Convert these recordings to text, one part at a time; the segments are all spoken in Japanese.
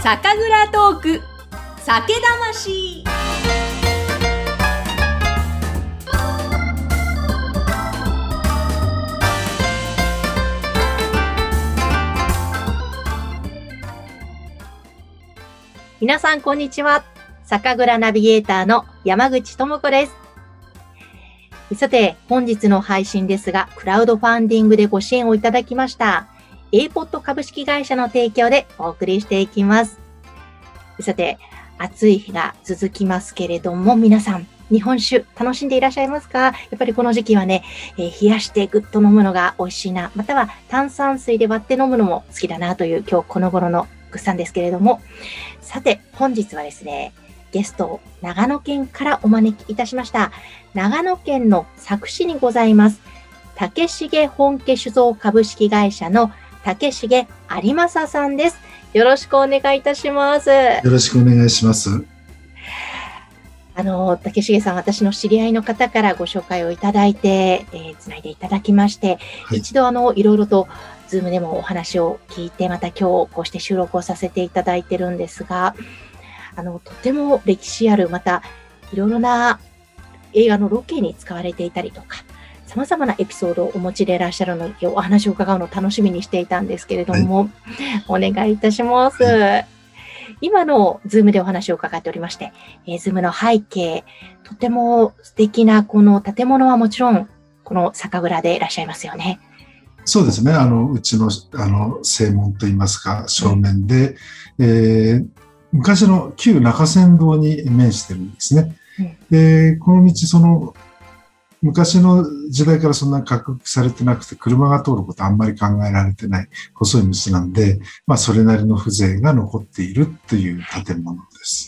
酒蔵トーク酒魂。皆さんこんにちは。酒蔵ナビゲーターの山口智子です。さて本日の配信ですが、クラウドファンディングでご支援をいただきましたA-POD株式会社の提供でお送りしていきます。さて暑い日が続きますけれども、皆さん日本酒楽しんでいらっしゃいますか？やっぱりこの時期はね、冷やしてぐっと飲むのが美味しいな、または炭酸水で割って飲むのも好きだなという今日この頃のぐっさんですけれども、さて本日はですね、ゲストを長野県からお招きいたしました。長野県の佐久市にございます竹重本家酒造株式会社の竹重有正さんです。よろしくお願いいたします。 よろしくお願いします。 竹重さん、私の知り合いの方からご紹介をいただいて、つないでいただきまして、はい、一度いろいろとズームでもお話を聞いて、また今日こうして収録をさせていただいてるんですが、とても歴史ある、またいろいろな映画のロケに使われていたりとか、様々なエピソードをお持ちでいらっしゃるので、お話を伺うのを楽しみにしていたんですけれども、はい、お願いいたします。はい、今のズームでお話を伺っておりまして、ズームの背景、とても素敵なこの建物はもちろん、この酒蔵でいらっしゃいますよね。 そうですね。うちの、正門といいますか、正面で、昔の旧中山道に面してるんですね。で、この道、昔の時代からそんな拡幅されてなくて、車が通ることあんまり考えられてない細い道なんで、まあ、それなりの風情が残っているという建物です。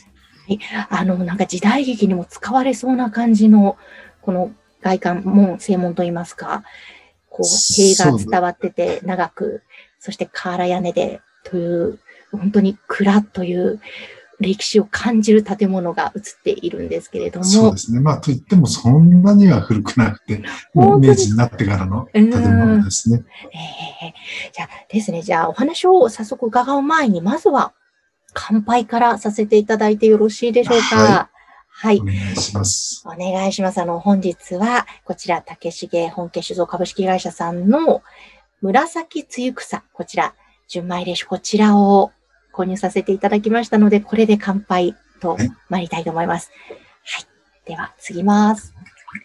はい。なんか時代劇にも使われそうな感じの、この外観、正門といいますか、こう、塀が伝わってて長く、そして瓦屋根でという、本当に蔵という歴史を感じる建物が映っているんですけれども。 そうですね。まあ、といってもそんなには古くなくて、もう明治になってからの建物ですね。 じゃあですね、じゃあお話を早速伺う前に、まずは乾杯からさせていただいてよろしいでしょうか。 はい。お願いします。 お願いします。本日は、こちら、竹重本家酒造株式会社さんの紫露草、こちら、純米冷酒、こちらを購入させていただきましたので、これで乾杯と参りたいと思います。はい。では、継ぎます。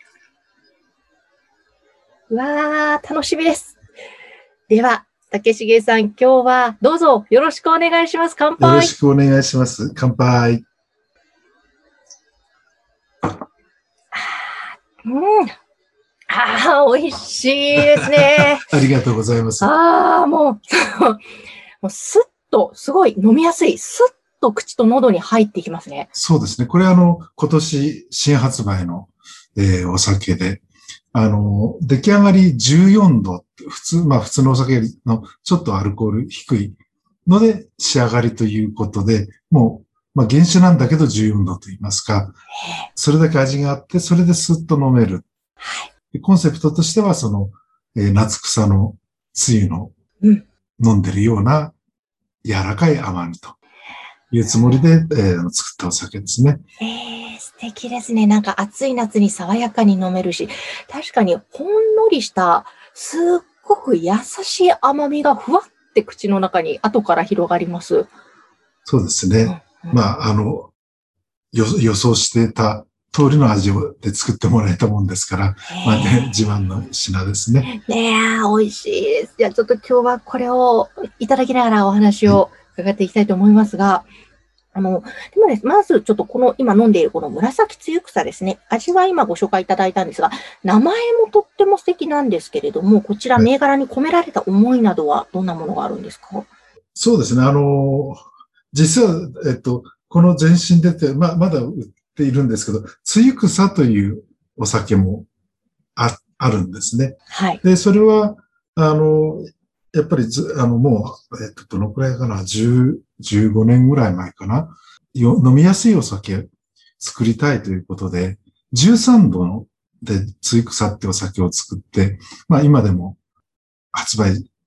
うわー、楽しみです。では、竹重さん、今日はどうぞよろしくお願いします。乾杯。 よろしくお願いします。乾杯。 美味しいですね。 ありがとうございます。 もうスッと、すごい飲みやすい。スッと口と喉に入ってきますね。 そうですね。これ今年新発売の、お酒で、出来上がり14度、普通のお酒のちょっとアルコール低いので仕上がりということで、もう、原酒なんだけど14度と言いますか、それだけ味があって、それでスッと飲める。コンセプトとしては、夏草のつゆの飲んでるような柔らかい甘みというつもりで、作ったお酒ですね。 素敵ですね。なんか暑い夏に爽やかに飲めるし、確かにほんのりした、すっごく優しい甘みがふわって口の中に後から広がります。 そうですね。予想していた通りの味で作ってもらえたもんですから、自慢の品ですね。 美味しいです。じゃあちょっと今日はこれをいただきながらお話を伺っていきたいと思いますが、でもね、まずちょっと今飲んでいるこの紫露草ですね。味は今ご紹介いただいたんですが、名前もとっても素敵なんですけれども、こちら銘柄に込められた思いなどはどんなものがあるんですか？ そうですね。実は、この前身でて、まだ売っているんですけど、露草というお酒もあるんですね。 はい。 で、それは、やっぱりもう、どのくらいかな、15年ぐらい前かな。飲みやすいお酒作りたいということで、13度で露草ってお酒を作って、今でも発売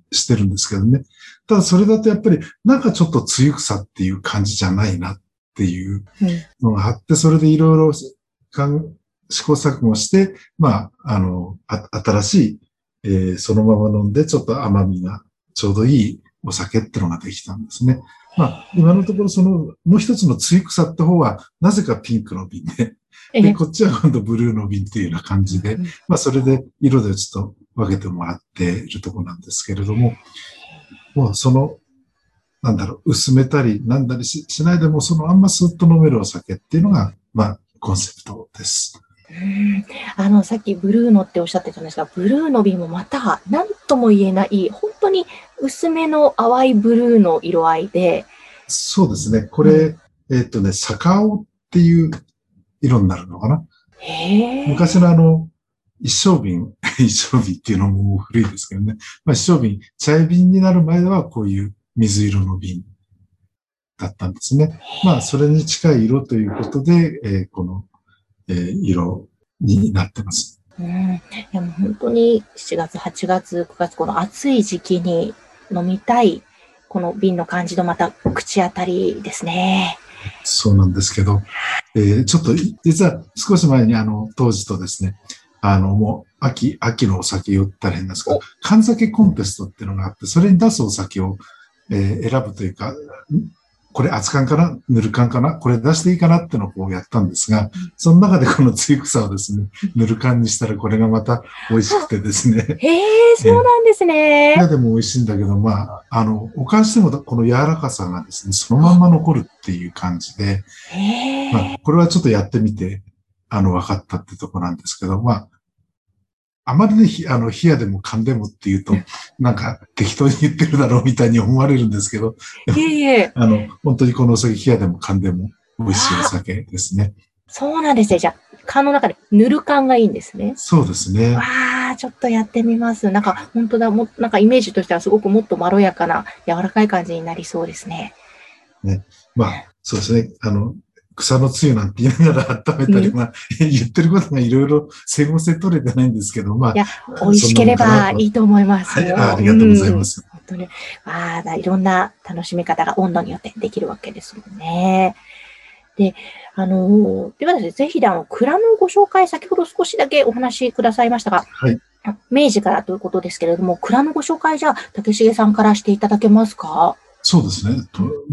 してるんですけどね。ただそれだとやっぱりなんかちょっと露草っていう感じじゃないなっていうのがあって、それでいろいろ試行錯誤して、新しい、そのまま飲んでちょっと甘みがちょうどいいお酒ってのができたんですね。今のところもう一つの露草って方は、なぜかピンクの瓶で、こっちは今度ブルーの瓶っていうような感じで、それで色でちょっと分けてもらっているところなんですけれども、もう薄めたりなんだりしないでも、あんまスッと飲めるお酒っていうのが、コンセプトです。 さっきブルーノっておっしゃってたんですが、ブルーの瓶もまた何とも言えない、本当に薄めの淡いブルーの色合いで。 そうですね。これ、逆青っていう色になるのかな。昔の一升瓶っていうのももう古いですけどね。一升瓶、茶瓶になる前はこういう水色の瓶だったんですね。それに近い色ということで、この、色になってます。 でも本当に7月、8月、9月、この暑い時期に飲みたい、この瓶の感じのまた口当たりですね。 そうなんですけど、ちょっと実は少し前に当時とですね、もう秋のお酒言ったら変なんですけど、燗酒コンテストっていうのがあって、それに出すお酒を、選ぶというか、これ熱燗かなぬる燗かなこれ出していいかなってのをこうやったんですが、その中でこの露草をですね、ぬる燗にしたらこれがまた美味しくてですね。 そうなんですね。 いやでも美味しいんだけど、おかんしてもこの柔らかさがですね、そのまま残るっていう感じで、これはちょっとやってみて、分かったってとこなんですけど、あまりね、冷やでも燗でもっていうと、なんか適当に言ってるだろうみたいに思われるんですけど、本当にこのお酒、冷やでも燗でも美味しいお酒ですね。 そうなんですね。じゃあ、燗の中でぬる燗がいいんですね。 そうですね。 ちょっとやってみます。なんか、本当だ、なんかイメージとしてはすごくもっとまろやかな、柔らかい感じになりそうですね。 ね。そうですね。草のつゆなんて言いながら温めたり、言ってることがいろいろ整合性取れてないんですけど、 いや、美味しければいいと思います。 ありがとうございます。 本当に。いろんな楽しみ方が温度によってできるわけですもんね。で、ではですね、ぜひ蔵のご紹介、先ほど少しだけお話しくださいましたが、明治からということですけれども、蔵のご紹介じゃあ、竹重さんからしていただけますか？ そうですね。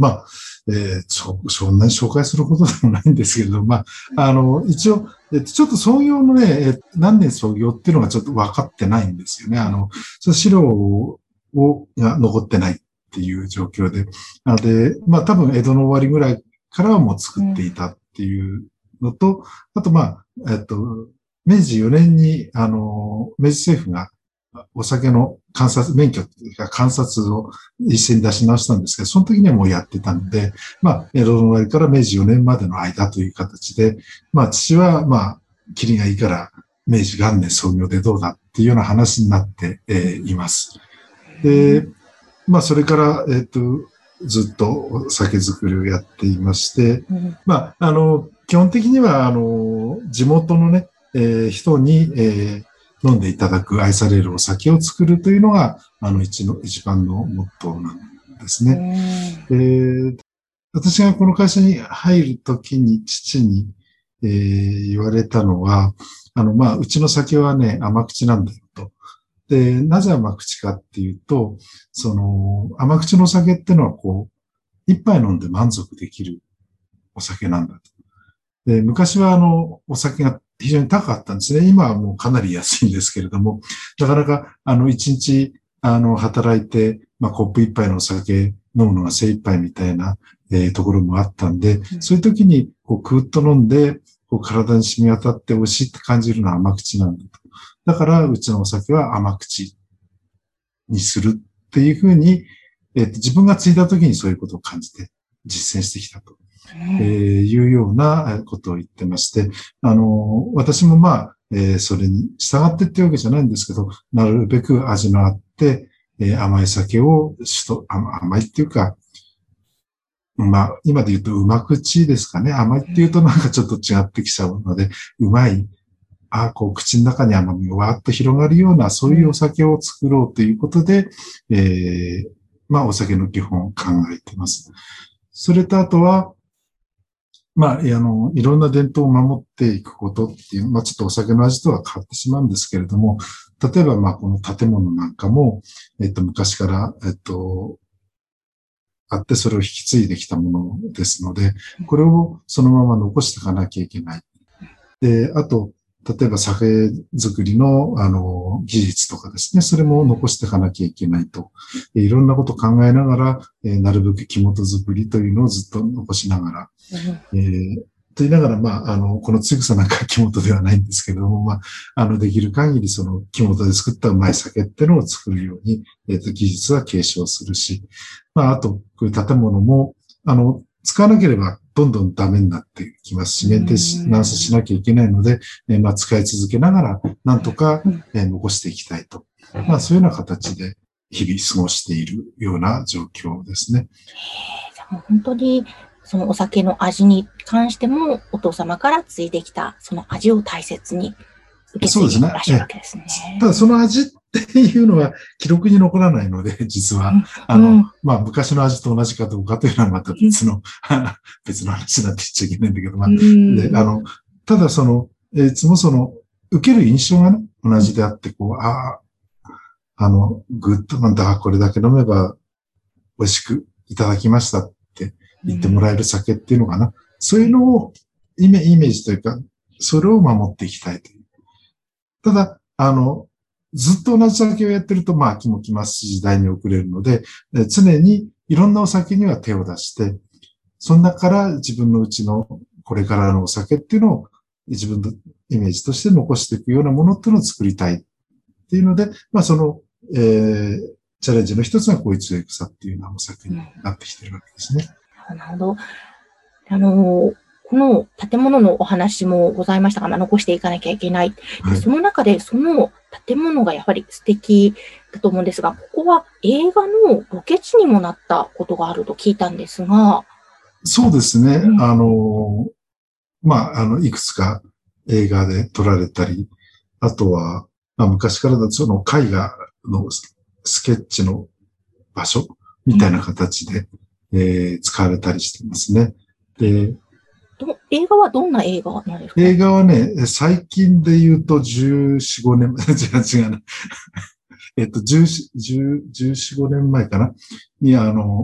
そんなに紹介することでもないんですけれど、一応、ちょっと創業のね、何年創業っていうのがちょっと分かってないんですよね。資料が残ってないっていう状況で。なので、多分江戸の終わりぐらいからはもう作っていたっていうのと、あと明治4年に、明治政府がお酒の免許というか観察を一斉に出し直したんですけど、その時にはもうやってたので、江戸の終わりから明治4年までの間という形で、父はキリがいいから明治元年創業でどうだっていうような話になっています。で、それから、ずっとお酒造りをやっていまして、基本的には、地元のね、人に、飲んでいただく、愛されるお酒を作るというのが、一番のモットーなんですね。私がこの会社に入るときに父に、言われたのは、うちの酒はね、甘口なんだよと。で、なぜ甘口かっていうと、甘口のお酒ってのは一杯飲んで満足できるお酒なんだと。で、昔はお酒が非常に高かったんですね。今はもうかなり安いんですけれども、なかなか、一日、働いて、コップ一杯のお酒飲むのが精一杯みたいな、ところもあったんで、そういう時に、クーッと飲んで、体に染み渡って美味しいって感じるのは甘口なんだと。だから、うちのお酒は甘口にするっていうふうに、自分が継いだ時にそういうことを感じて実践してきたと。いうようなことを言ってまして、私もそれに従ってっていうわけじゃないんですけど、なるべく味のあって、甘い酒を甘いっていうか、今で言うとうま口ですかね。甘いっていうとなんかちょっと違ってきちゃうので、うまいこう、口の中に甘みがわーっと広がるような、そういうお酒を作ろうということで、まあ、お酒の基本を考えています。それとあとは、まあ、いろんな伝統を守っていくことっていう、まあ、ちょっとお酒の味とは変わってしまうんですけれども、例えば、まあ、この建物なんかも、昔から、あって、それを引き継いできたものですので、これをそのまま残していかなきゃいけない。で、あと、例えば酒造りの、技術とかですね、それも残していかなきゃいけないと。いろんなことを考えながら、なるべく木本作りというのをずっと残しながら、と言いながら、まあ、このつぐさなんか木本ではないんですけれども、まあ、できる限りその木本で作ったうまい酒っていうのを作るように、技術は継承するし、まあ、あと、こういう建物も、使わなければどんどんダメになってきますし、メンテナンスしなきゃいけないので、まあ、使い続けながら、なんとか、残していきたいと。まあ、そういうような形で日々過ごしているような状況ですね。 もう本当に、そのお酒の味に関しても、お父様から継いできた、その味を大切に受け継いでいらっしゃるわけですね。 ただその味っていうのは記録に残らないので、実は。まあ、昔の味と同じかどうかというのはまた別の話になって言っちゃいけないんだけど、まあ、ただいつも受ける印象がね、同じであって、こう、グッとなんだ、これだけ飲めば美味しくいただきましたって言ってもらえる酒っていうのかな。そういうのをイメージというか、それを守っていきたいという。ただ、ずっと同じ酒をやってると、まあ、飽きもきますし、時代に遅れるので、常にいろんなお酒には手を出して、その中から自分のうちのこれからのお酒っていうのを自分のイメージとして残していくようなものっていうのを作りたいっていうので、まあ、チャレンジの一つがこういう強い草っていうようなお酒になってきてるわけですね。 なるほど。この建物のお話もございましたが、残していかなきゃいけない。でその中で、その建物がやはり素敵だと思うんですが、ここは映画のロケ地にもなったことがあると聞いたんですが。そうですね。まあ、いくつか映画で撮られたり、あとは、まあ、昔からだとその絵画のスケッチの場所みたいな形で、使われたりしてますね。で、 映画はどんな映画なんですか？ 映画はね、最近で言うと14、5年前、違うな。14、5年前かなに、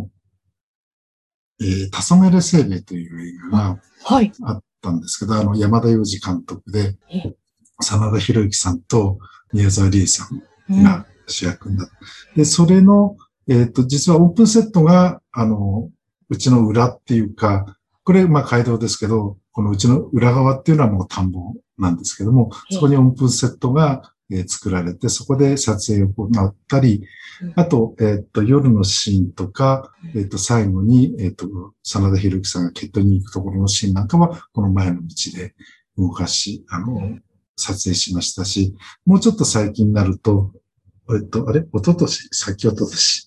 黄昏生命という映画があったんですけど、山田洋次監督で、真田広之さんと宮沢りえさんが主役になって、で、それの、実はオープンセットが、うちの裏っていうか、これ、まあ、街道ですけど、このうちの裏側っていうのはもう田んぼなんですけども、そこにオープンセットが作られて、そこで撮影を行ったり、あと、夜のシーンとか、最後に、真田広之さんが決闘に行くところのシーンなんかは、この前の道で動かし、撮影しましたし、もうちょっと最近になると、先一昨年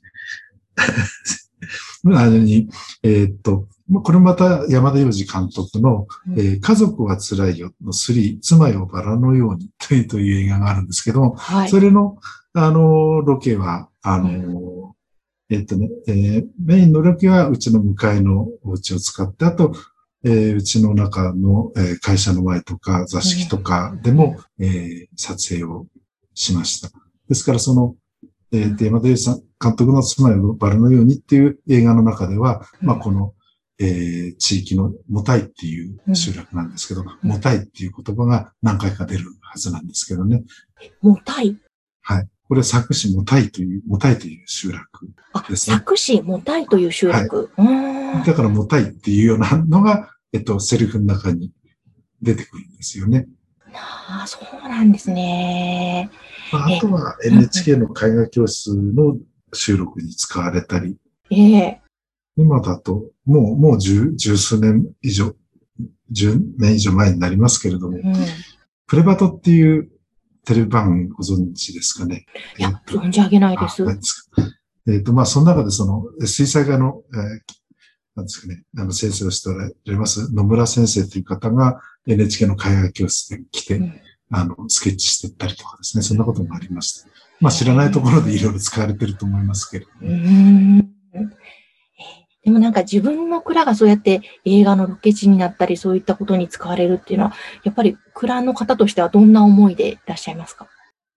これまた山田洋次監督の、家族は辛いよの3、妻よバラのようにという映画があるんですけども、それの、ロケは、メインのロケはうちの向かいのお家を使って、あと、うちの中の、会社の前とか座敷とかでも、撮影をしました。ですから山田洋次監督の妻よバラのようにっていう映画の中では、まあこの、地域のもたいっていう集落なんですけど、もたいっていう言葉が何回か出るはずなんですけどね。 もたい？ はい。これは佐久市もたいという集落ですね。 佐久市もたいという集落。 だからもたいっていうようなのが、セリフの中に出てくるんですよね。 そうなんですね。 あとは NHK の絵画教室の収録に使われたり。今だと、もう十数年以上、10年以上前になりますけれども、プレバトっていうテレビ番組ご存知ですかね。 いや、存じ上げないです。 ないですか。まあ、その中で水彩画の、なんですかね、先生をしておられます野村先生という方が NHK の絵画教室で来て、 スケッチしていったりとかですね、そんなこともありました。まあ知らないところでいろいろ使われてると思いますけれども。 でもなんか自分の蔵がそうやって映画のロケ地になったり、そういったことに使われるっていうのは、やっぱり蔵の方としてはどんな思いでいらっしゃいますか？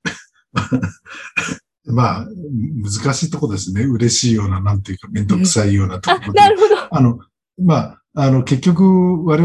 まあ、難しいとこですね。嬉しいような、なんていうか、めんどくさいようなところで。 なるほど。 まあ、結局、我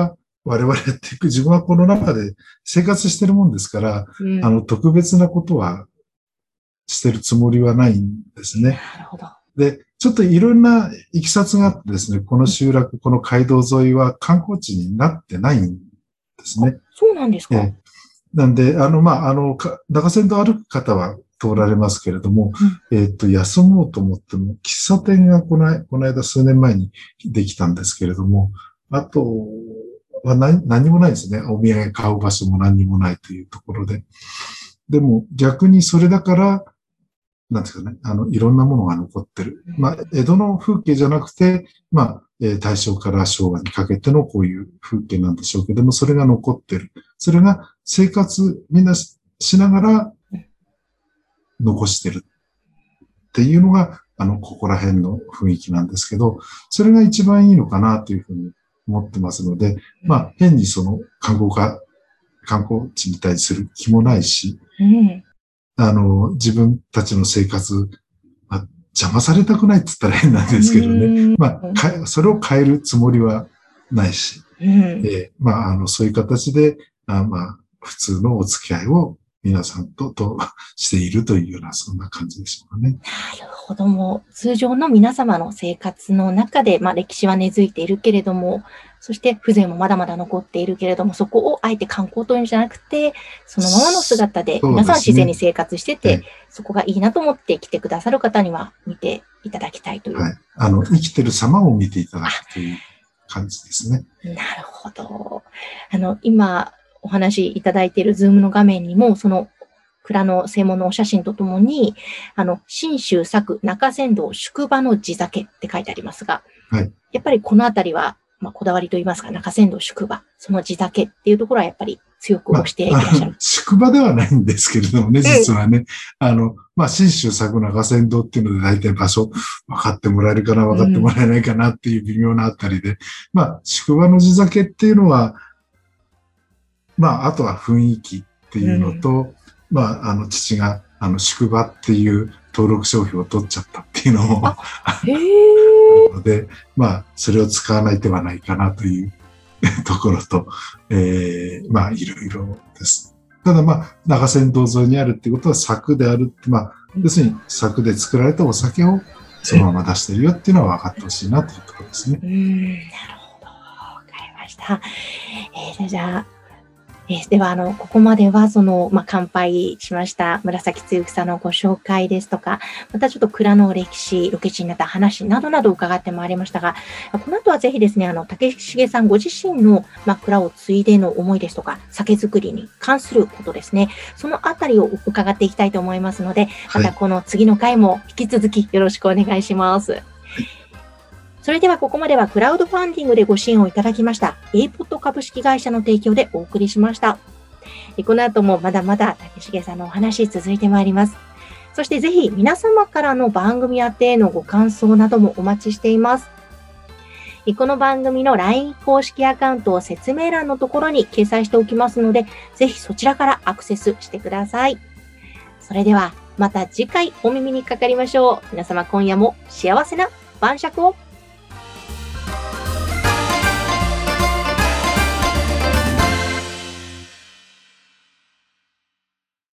々っていうか、自分はこの中で生活してるもんですから、特別なことはしてるつもりはないんですね。 なるほど。 で、ちょっといろんな行きさつがあってですね、この集落、この街道沿いは観光地になってないんですね。 そうなんですか。 なんで、中山道歩く方は通られますけれども、休もうと思っても、喫茶店がこの間数年前にできたんですけれども、あとは何もないですね。お土産買う場所も何にもないというところで。でも逆にそれだから、なんですかね、いろんなものが残ってる。まあ、江戸の風景じゃなくて、まあ、大正から昭和にかけてのこういう風景なんでしょうけども、それが残ってる。それが生活みんなしながら残してるっていうのが、ここら辺の雰囲気なんですけど、それが一番いいのかなというふうに思ってますので、まあ、変にその観光地に対する気もないし、自分たちの生活、邪魔されたくないって言ったら変なんですけどね。まあ、それを変えるつもりはないし、まあ、そういう形で、まあ、普通のお付き合いを皆さんとしているというような、そんな感じでしょうかね。 なるほど。もう、通常の皆様の生活の中で、まあ、歴史は根付いているけれども、そして風情もまだまだ残っているけれども、そこをあえて観光というんじゃなくて、そのままの姿で皆さん自然に生活してて、そこがいいなと思って来てくださる方には見ていただきたいという。 はい。生きてる様を見ていただくという感じですね。 なるほど。今お話しいただいているズームの画面にも、その蔵の正門のお写真とともに、信州作中山道宿場の地酒って書いてありますが、 はい。 やっぱりこのあたりは、まあ、こだわりといいますか、中山道宿場、その地酒っていうところはやっぱり強く推していらっしゃる。 宿場ではないんですけれどもね、実はね。まあ、信州作中山道っていうので大体場所分かってもらえるかな、分かってもらえないかなっていう微妙なあたりで、まあ、宿場の地酒っていうのは、まあ、あとは雰囲気っていうのと、まあ、父が、宿場っていう登録商標を取っちゃったっていうのもあるので、まあ、それを使わない手はないかなというところと、まあ、いろいろです。ただまあ、中山道沿いにあるっていうことは作であるって、まあ、要するに作で作られたお酒をそのまま出してるよっていうのは分かってほしいなというところですね。 なるほど。わかりました。じゃあ、では、ここまでは、まあ、乾杯しました、紫つゆくさんのご紹介ですとか、またちょっと蔵の歴史、ロケ地になった話などなど伺ってまいりましたが、この後はぜひですね、竹重さんご自身の、まあ、蔵を継いでの思いですとか、酒造りに関することですね、そのあたりを伺っていきたいと思いますので、またこの次の回も引き続きよろしくお願いします。それではここまではクラウドファンディングでご支援をいただきました A-POD 株式会社の提供でお送りしました。この後もまだまだ竹重さんのお話続いてまいります。そしてぜひ皆様からの番組宛てへのご感想などもお待ちしています。この番組の LINE 公式アカウントを説明欄のところに掲載しておきますので、ぜひそちらからアクセスしてください。それではまた次回お耳にかかりましょう。皆様今夜も幸せな晩酌を。